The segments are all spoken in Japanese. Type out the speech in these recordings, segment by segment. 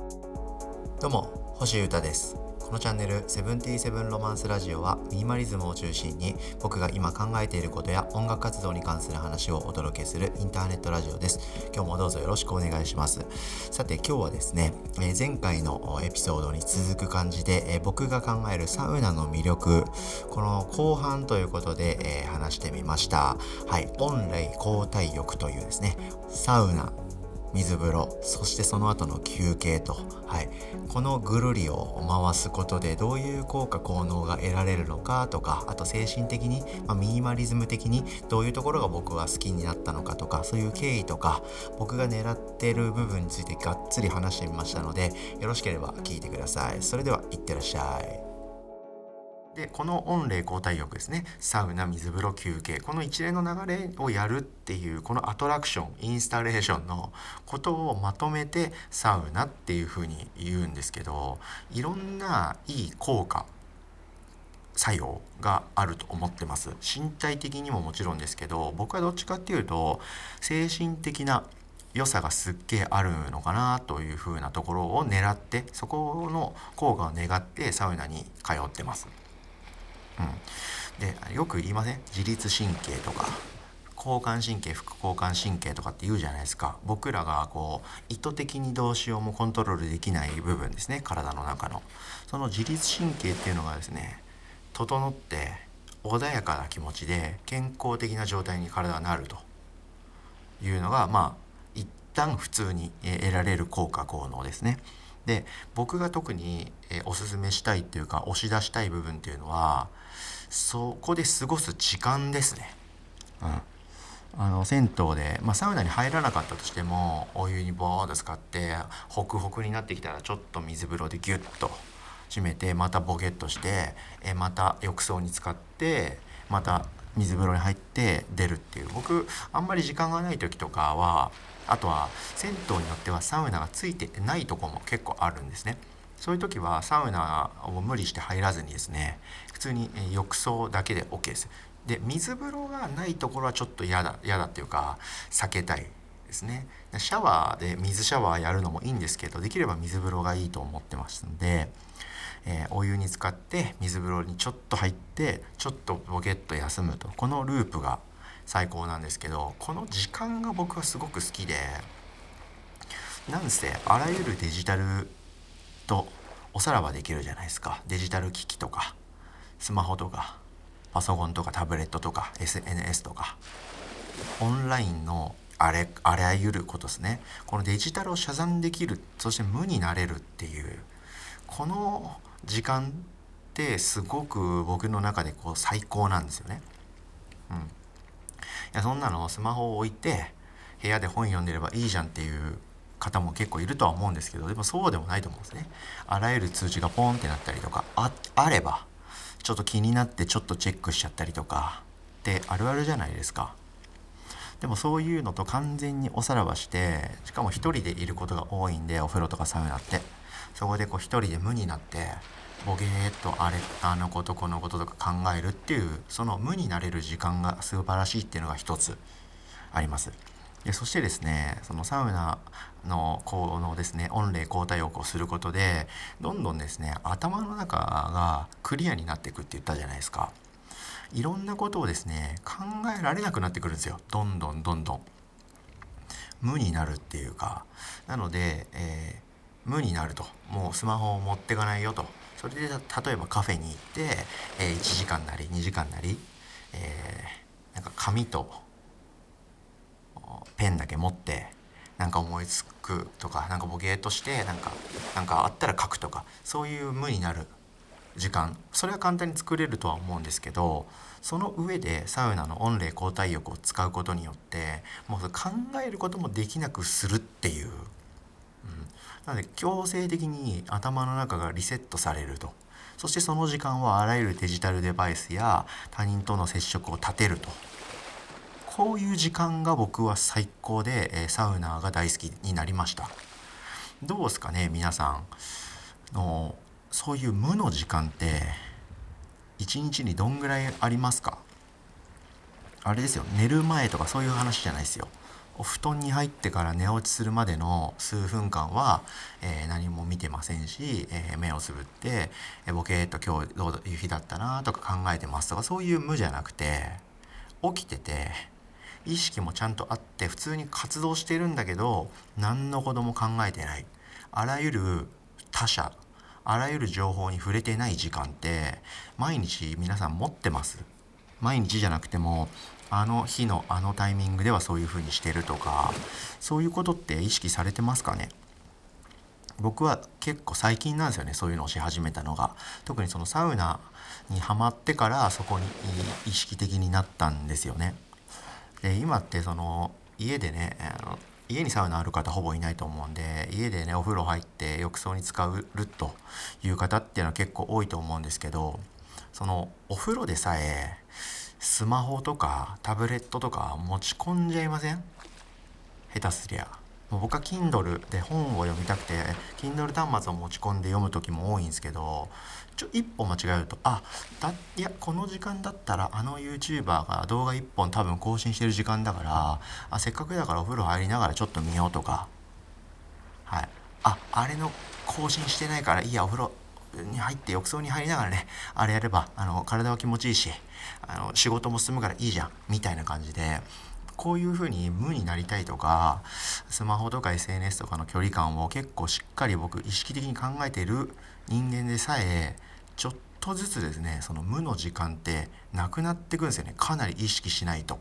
どうも星優太です。このチャンネルセブンティーセブンロマンスラジオはミニマリズムを中心に僕が今考えていることや音楽活動に関する話をお届けするインターネットラジオです。今日もどうぞよろしくお願いします。さて今日はですね、前回のエピソードに続く感じで、僕が考えるサウナの魅力、この後半ということで、話してみました。はい、温冷交代浴というですね、サウナ、水風呂、そしてその後の休憩と、このぐるりを回すことでどういう効果効能が得られるのかとか、あと精神的に、ミニマリズム的にどういうところが僕は好きになったのかとか、そういう経緯とか僕が狙っている部分についてがっつり話してみましたので、よろしければ聞いてください。それではいってらっしゃい。でこの温冷交代浴ですね、サウナ、水風呂、休憩、この一連の流れをやるっていうこのアトラクション、インスタレーションのことをまとめてサウナっていうふうに言うんですけど、いろんないい効果作用があると思ってます。身体的にももちろんですけど、僕はどっちかっていうと精神的な良さがすっげえあるのかなというふうなところを狙って、そこの効果を願ってサウナに通ってます。でよく言いません？自律神経とか交感神経、副交感神経とかって言うじゃないですか。僕らが意図的にどうしようもコントロールできない部分ですね、体の中の。その自律神経っていうのがですね、整って穏やかな気持ちで健康的な状態に体がなるというのが、一旦普通に得られる効果効能ですね。で僕が特におすすめしたいっていうか押し出したい部分っていうのは、そこで過ごす時間ですね。銭湯で、サウナに入らなかったとしても、お湯にボーッと使ってホクホクになってきたらちょっと水風呂でギュッと締めて、またボケッとして、また浴槽に使ってまた水風呂に入って出るっていう。僕あんまり時間がない時とかは、あとは銭湯によってはサウナがついてないとこも結構あるんですね。そういう時はサウナを無理して入らずにですね、普通に浴槽だけで OK です。で水風呂がないところはちょっと嫌だっていうか避けたいですね。シャワーで水シャワーやるのもいいんですけど、できれば水風呂がいいと思ってますので、お湯に浸かって水風呂にちょっと入ってちょっとボケっと休むと、このループが最高なんですけど、この時間が僕はすごく好きで、なんせあらゆるデジタルとおさらばできるじゃないですか。デジタル機器とかスマホとかパソコンとかタブレットとか SNS とかオンラインのあらゆることですね。このデジタルを遮断できる、そして無になれるっていう、この時間ってすごく僕の中で最高なんですよね。いやそんなのスマホを置いて部屋で本読んでればいいじゃんっていう方も結構いるとは思うんですけど、でもそうでもないと思うんですね。あらゆる通知がポンってなったりとかあれば、ちょっと気になってちょっとチェックしちゃったりとかってあるあるじゃないですか。でもそういうのと完全におさらばして、しかも一人でいることが多いんで、お風呂とかサウナって、そこで一人で無になってボケーっとあのことこのこととか考えるっていう、その無になれる時間が素晴らしいっていうのが一つあります。でそしてですね、そのサウナのこのですね、温冷交代浴をすることでどんどんですね、頭の中がクリアになっていくって言ったじゃないですか。いろんなことをですね、考えられなくなってくるんですよ。どんどん無になるっていうか。なので、無になると、もうスマホを持ってかないよと。それで例えばカフェに行って、1時間なり2時間なり、なんか紙とペンだけ持ってなんか思いつくとか、なんかボケーっとしてなんかあったら書くとか、そういう無になる時間、それは簡単に作れるとは思うんですけど、その上でサウナの温冷交代浴を使うことによってもう考えることもできなくするっていう、なので強制的に頭の中がリセットされると。そしてその時間はあらゆるデジタルデバイスや他人との接触を断てると。こういう時間が僕は最高で、サウナが大好きになりました。どうですかね皆さんの、そういう無の時間って一日にどんぐらいありますか？あれですよ、寝る前とかそういう話じゃないですよ。 お布団に入ってから寝落ちするまでの数分間は、何も見てませんし、目をつぶって、ボケーっと今日どういう日だったなとか考えてますとか、そういう無じゃなくて、起きてて意識もちゃんとあって普通に活動してるんだけど、何のことも考えてない、あらゆる他者、あらゆる情報に触れてない時間って毎日皆さん持ってます。毎日じゃなくてもあの日のあのタイミングではそういう風にしてるとか、そういうことって意識されてますかね。僕は結構最近なんですよね、そういうのをし始めたのが。特にそのサウナにハマってからそこに意識的になったんですよね。で今ってその家でね、家にサウナある方ほぼいないと思うんで、家でねお風呂入って浴槽に使うという方っていうのは結構多いと思うんですけど、そのお風呂でさえスマホとかタブレットとか持ち込んじゃいません？下手すりゃ。もう僕は Kindle で本を読みたくて Kindle 端末を持ち込んで読む時も多いんですけど、一歩間違えるといやこの時間だったらあの YouTuber が動画1本多分更新してる時間だから、せっかくだからお風呂入りながらちょっと見ようとか、はい、あれの更新してないからいいや、お風呂に入って浴槽に入りながらねあれやれば体は気持ちいいし仕事も進むからいいじゃんみたいな感じで、こういうふうに無になりたいとか、スマホとか SNS とかの距離感を結構しっかり僕意識的に考えている人間でさえ、ちょっとずつですねその無の時間ってなくなってくるんですよね、かなり意識しないと。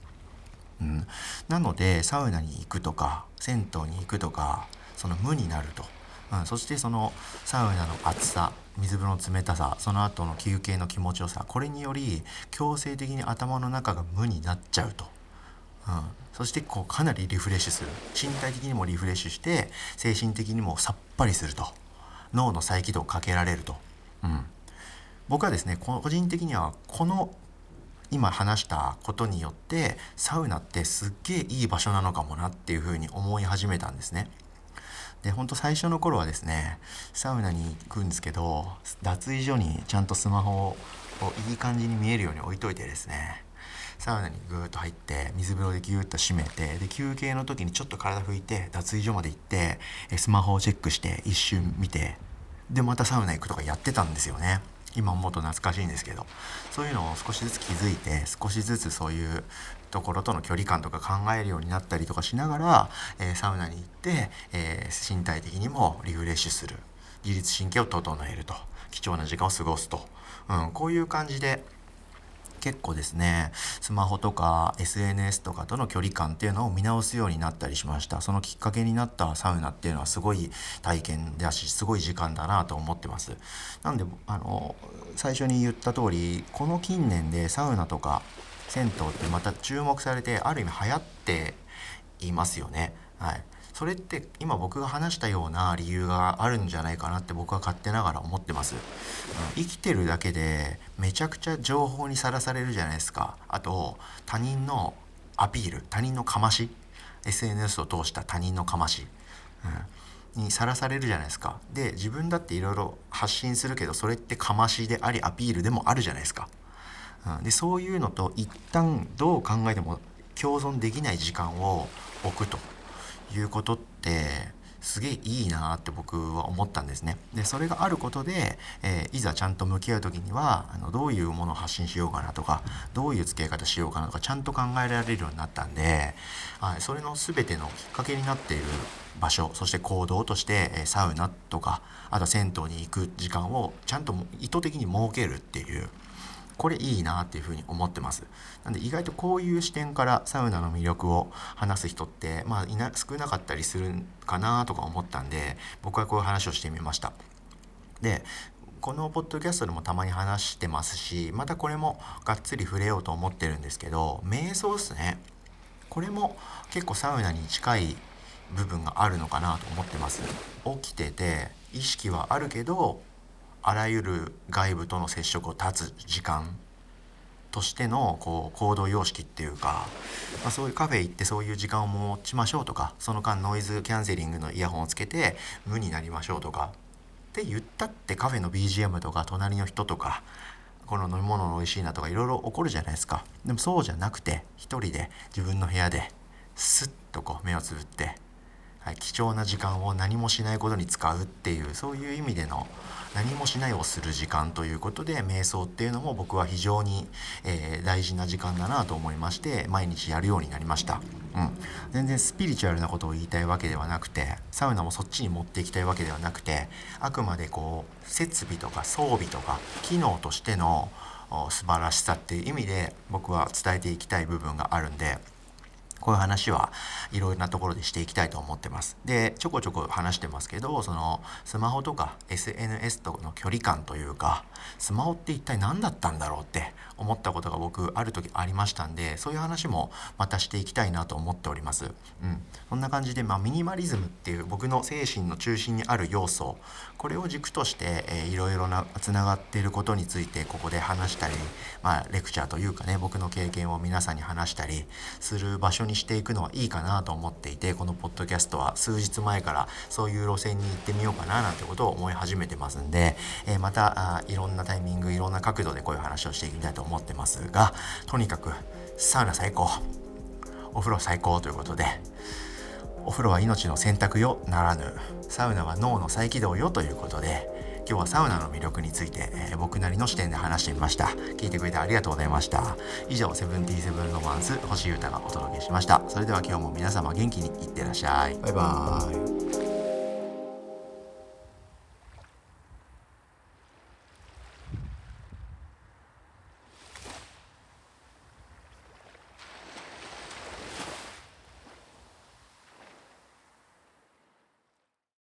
なのでサウナに行くとか銭湯に行くとか、その無になると、そしてそのサウナの熱さ、水風呂の冷たさ、その後の休憩の気持ちよさ、これにより強制的に頭の中が無になっちゃうと、そしてこうかなりリフレッシュする、身体的にもリフレッシュして精神的にもさっぱりすると、脳の再起動をかけられると、僕はですね個人的にはこの今話したことによってサウナってすっげえいい場所なのかもなっていうふうに思い始めたんですね。で本当最初の頃はですねサウナに行くんですけど、脱衣所にちゃんとスマホをいい感じに見えるように置いといてですね、サウナにぐーっと入って水風呂でギューッと締めて、で休憩の時にちょっと体拭いて脱衣所まで行ってスマホをチェックして一瞬見て、でまたサウナ行くとかやってたんですよね。今思うと懐かしいんですけど、そういうのを少しずつ気づいて、少しずつそういうところとの距離感とか考えるようになったりとかしながら、サウナに行って、身体的にもリフレッシュする、自律神経を整えると、貴重な時間を過ごすと、こういう感じで結構ですねスマホとか SNS とかとの距離感っていうのを見直すようになったりしました。そのきっかけになったサウナっていうのはすごい体験だし、すごい時間だなと思ってます。なんで最初に言った通り、この近年でサウナとか銭湯ってまた注目されて、ある意味流行っていますよね。はい、それって今僕が話したような理由があるんじゃないかなって僕は勝手ながら思ってます。生きてるだけでめちゃくちゃ情報にさらされるじゃないですか。あと他人のアピール、他人のかまし、 SNS を通した他人のかまし、にさらされるじゃないですか。で自分だっていろいろ発信するけど、それってかましでありアピールでもあるじゃないですか。でそういうのと一旦どう考えても共存できない時間を置くということってすげえいいなって僕は思ったんですね。でそれがあることで、いざちゃんと向き合う時にはどういうものを発信しようかなとか、どういう付け方しようかなとかちゃんと考えられるようになったんで、それの全てのきっかけになっている場所、そして行動として、サウナとかあとは銭湯に行く時間をちゃんと意図的に設けるっていう、これいいなっていうふうに思ってます。なんで意外とこういう視点からサウナの魅力を話す人って、少なかったりするかなとか思ったんで、僕はこういう話をしてみました。でこのポッドキャストでもたまに話してますし、またこれもがっつり触れようと思ってるんですけど、瞑想ですね。これも結構サウナに近い部分があるのかなと思ってます。起きてて意識はあるけど、あらゆる外部との接触を断つ時間としてのこう行動様式っていうか、そういうカフェ行ってそういう時間を持ちましょうとか、その間ノイズキャンセリングのイヤホンをつけて無になりましょうとかって言ったって、カフェの BGM とか隣の人とかこの飲み物の美味しいなとかいろいろ起こるじゃないですか。でもそうじゃなくて、一人で自分の部屋でスッとこう目をつぶって、貴重な時間を何もしないことに使うっていう、そういう意味での何もしないをする時間ということで、瞑想っていうのも僕は非常に、大事な時間だなと思いまして、毎日やるようになりました。全然スピリチュアルなことを言いたいわけではなくて、サウナもそっちに持っていきたいわけではなくて、あくまでこう設備とか装備とか機能としての素晴らしさっていう意味で僕は伝えていきたい部分があるんで、こういう話はいろいろなところでしていきたいと思ってます。で、ちょこちょこ話してますけど、そのスマホとか SNS との距離感というか、スマホって一体何だったんだろうって思ったことが僕ある時ありましたんで、そういう話もまたしていきたいなと思っております。そんな感じで、ミニマリズムっていう僕の精神の中心にある要素、これを軸として、いろいろなつながっていることについてここで話したり、レクチャーというかね、僕の経験を皆さんに話したりする場所にしていくのはいいかなと思っていて、このポッドキャストは数日前からそういう路線に行ってみようかななんてことを思い始めてますんで、またいろんなタイミング、いろんな角度でこういう話をしていきたいと思ってますが、とにかくサウナ最高、お風呂最高ということで、お風呂は命の洗濯よならぬ、サウナは脳の再起動よということで、今日はサウナの魅力について、僕なりの視点で話してみました。聞いてくれてありがとうございました。以上、セブンティーセブンロマンス星優太がお届けしました。それでは今日も皆様元気にいってらっしゃい。バイバーイ。